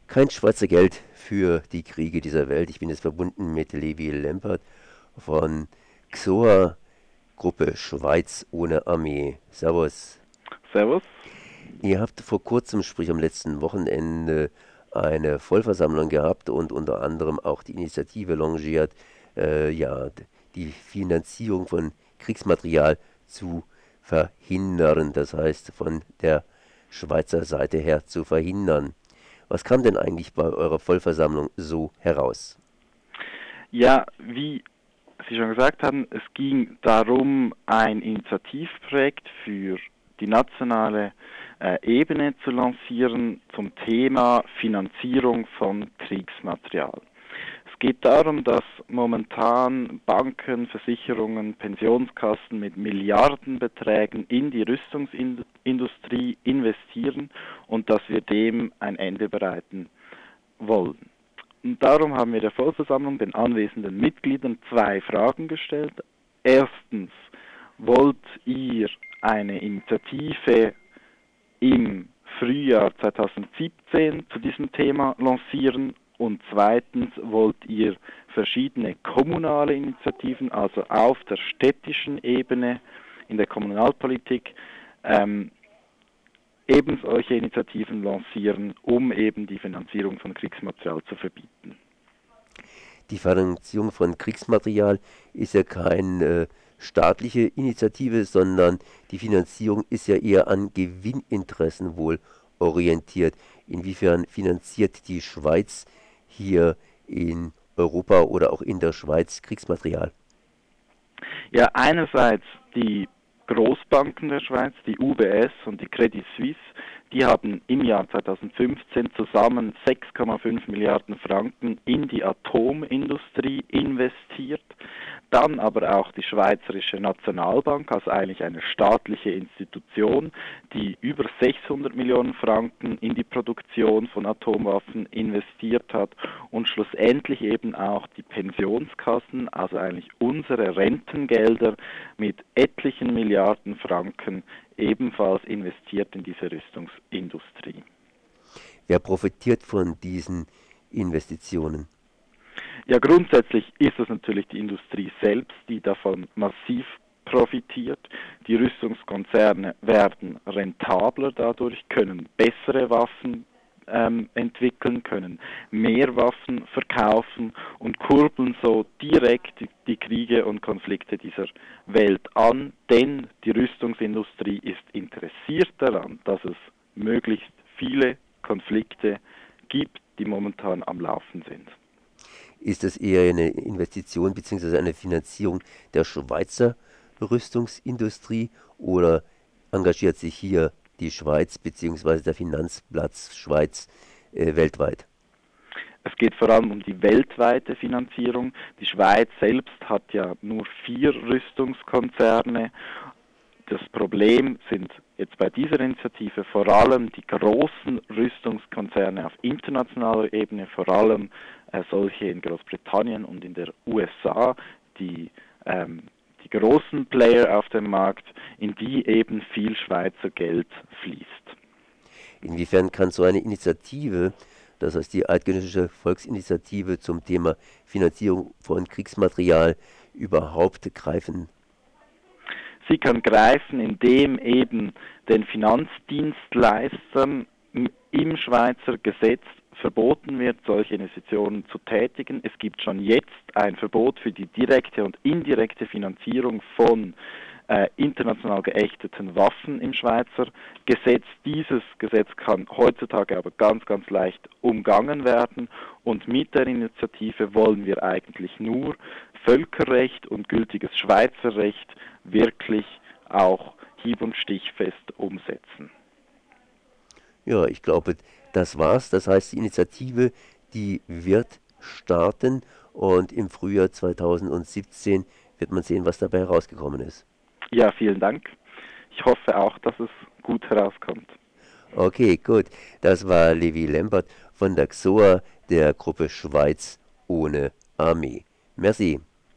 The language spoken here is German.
Kein Schweizer Geld für die Kriege dieser Welt. Ich bin jetzt verbunden mit Levi Lempert von XOA, Gruppe Schweiz ohne Armee. Servus. Servus. Ihr habt vor kurzem, sprich am letzten Wochenende, eine Vollversammlung gehabt und unter anderem auch die Initiative longiert, die Finanzierung von Kriegsmaterial zu verhindern. Das heißt, von der Schweizer Seite her zu verhindern. Was kam denn eigentlich bei eurer Vollversammlung so heraus? Ja, wie Sie schon gesagt haben, es ging darum, ein Initiativprojekt für die nationale Ebene zu lancieren zum Thema Finanzierung von Kriegsmaterial. Es geht darum, dass momentan Banken, Versicherungen, Pensionskassen mit Milliardenbeträgen in die Rüstungsindustrie investieren und dass wir dem ein Ende bereiten wollen. Und darum haben wir der Vollversammlung, den anwesenden Mitgliedern, zwei Fragen gestellt. Erstens, wollt ihr eine Initiative im Frühjahr 2017 zu diesem Thema lancieren? Und zweitens, wollt ihr verschiedene kommunale Initiativen, also auf der städtischen Ebene, in der Kommunalpolitik, eben solche Initiativen lancieren, um eben die Finanzierung von Kriegsmaterial zu verbieten. Die Finanzierung von Kriegsmaterial ist ja keine staatliche Initiative, sondern die Finanzierung ist ja eher an Gewinninteressen wohl orientiert. Inwiefern finanziert die Schweiz hier in Europa oder auch in der Schweiz Kriegsmaterial? Ja, einerseits die Großbanken der Schweiz, die UBS und die Credit Suisse, die haben im Jahr 2015 zusammen 6,5 Milliarden Franken in die Atomindustrie investiert. Dann aber auch die Schweizerische Nationalbank, also eigentlich eine staatliche Institution, die über 600 Millionen Franken in die Produktion von Atomwaffen investiert hat und schlussendlich eben auch die Pensionskassen, also eigentlich unsere Rentengelder mit etlichen Milliarden Franken ebenfalls investiert in diese Rüstungsindustrie. Wer profitiert von diesen Investitionen? Ja, grundsätzlich ist es natürlich die Industrie selbst, die davon massiv profitiert. Die Rüstungskonzerne werden rentabler dadurch, können bessere Waffen entwickeln, können mehr Waffen verkaufen und kurbeln so direkt die Kriege und Konflikte dieser Welt an, denn die Rüstungsindustrie ist interessiert daran, dass es möglichst viele Konflikte gibt, die momentan am Laufen sind. Ist es eher eine Investition bzw. eine Finanzierung der Schweizer Rüstungsindustrie oder engagiert sich hier die Schweiz bzw. der Finanzplatz Schweiz weltweit? Es geht vor allem um die weltweite Finanzierung. Die Schweiz selbst hat ja nur 4 Rüstungskonzerne. Das Problem sind jetzt bei dieser Initiative vor allem die großen Rüstungskonzerne auf internationaler Ebene, vor allem solche in Großbritannien und in der USA, die, die großen Player auf dem Markt, in die eben viel Schweizer Geld fließt. Inwiefern kann so eine Initiative, das heißt die Eidgenössische Volksinitiative zum Thema Finanzierung von Kriegsmaterial, überhaupt greifen? Sie kann greifen, indem eben den Finanzdienstleistern im Schweizer Gesetz verboten wird, solche Investitionen zu tätigen. Es gibt schon jetzt ein Verbot für die direkte und indirekte Finanzierung von international geächteten Waffen im Schweizer Gesetz. Dieses Gesetz kann heutzutage aber ganz, ganz leicht umgangen werden und mit der Initiative wollen wir eigentlich nur Völkerrecht und gültiges Schweizer Recht wirklich auch hieb- und stichfest umsetzen. Ja, ich glaube, das war's. Das heißt, die Initiative, die wird starten und im Frühjahr 2017 wird man sehen, was dabei herausgekommen ist. Ja, vielen Dank. Ich hoffe auch, dass es gut herauskommt. Okay, gut. Das war Levi Lempert von der XOA, der Gruppe Schweiz ohne Armee. Merci.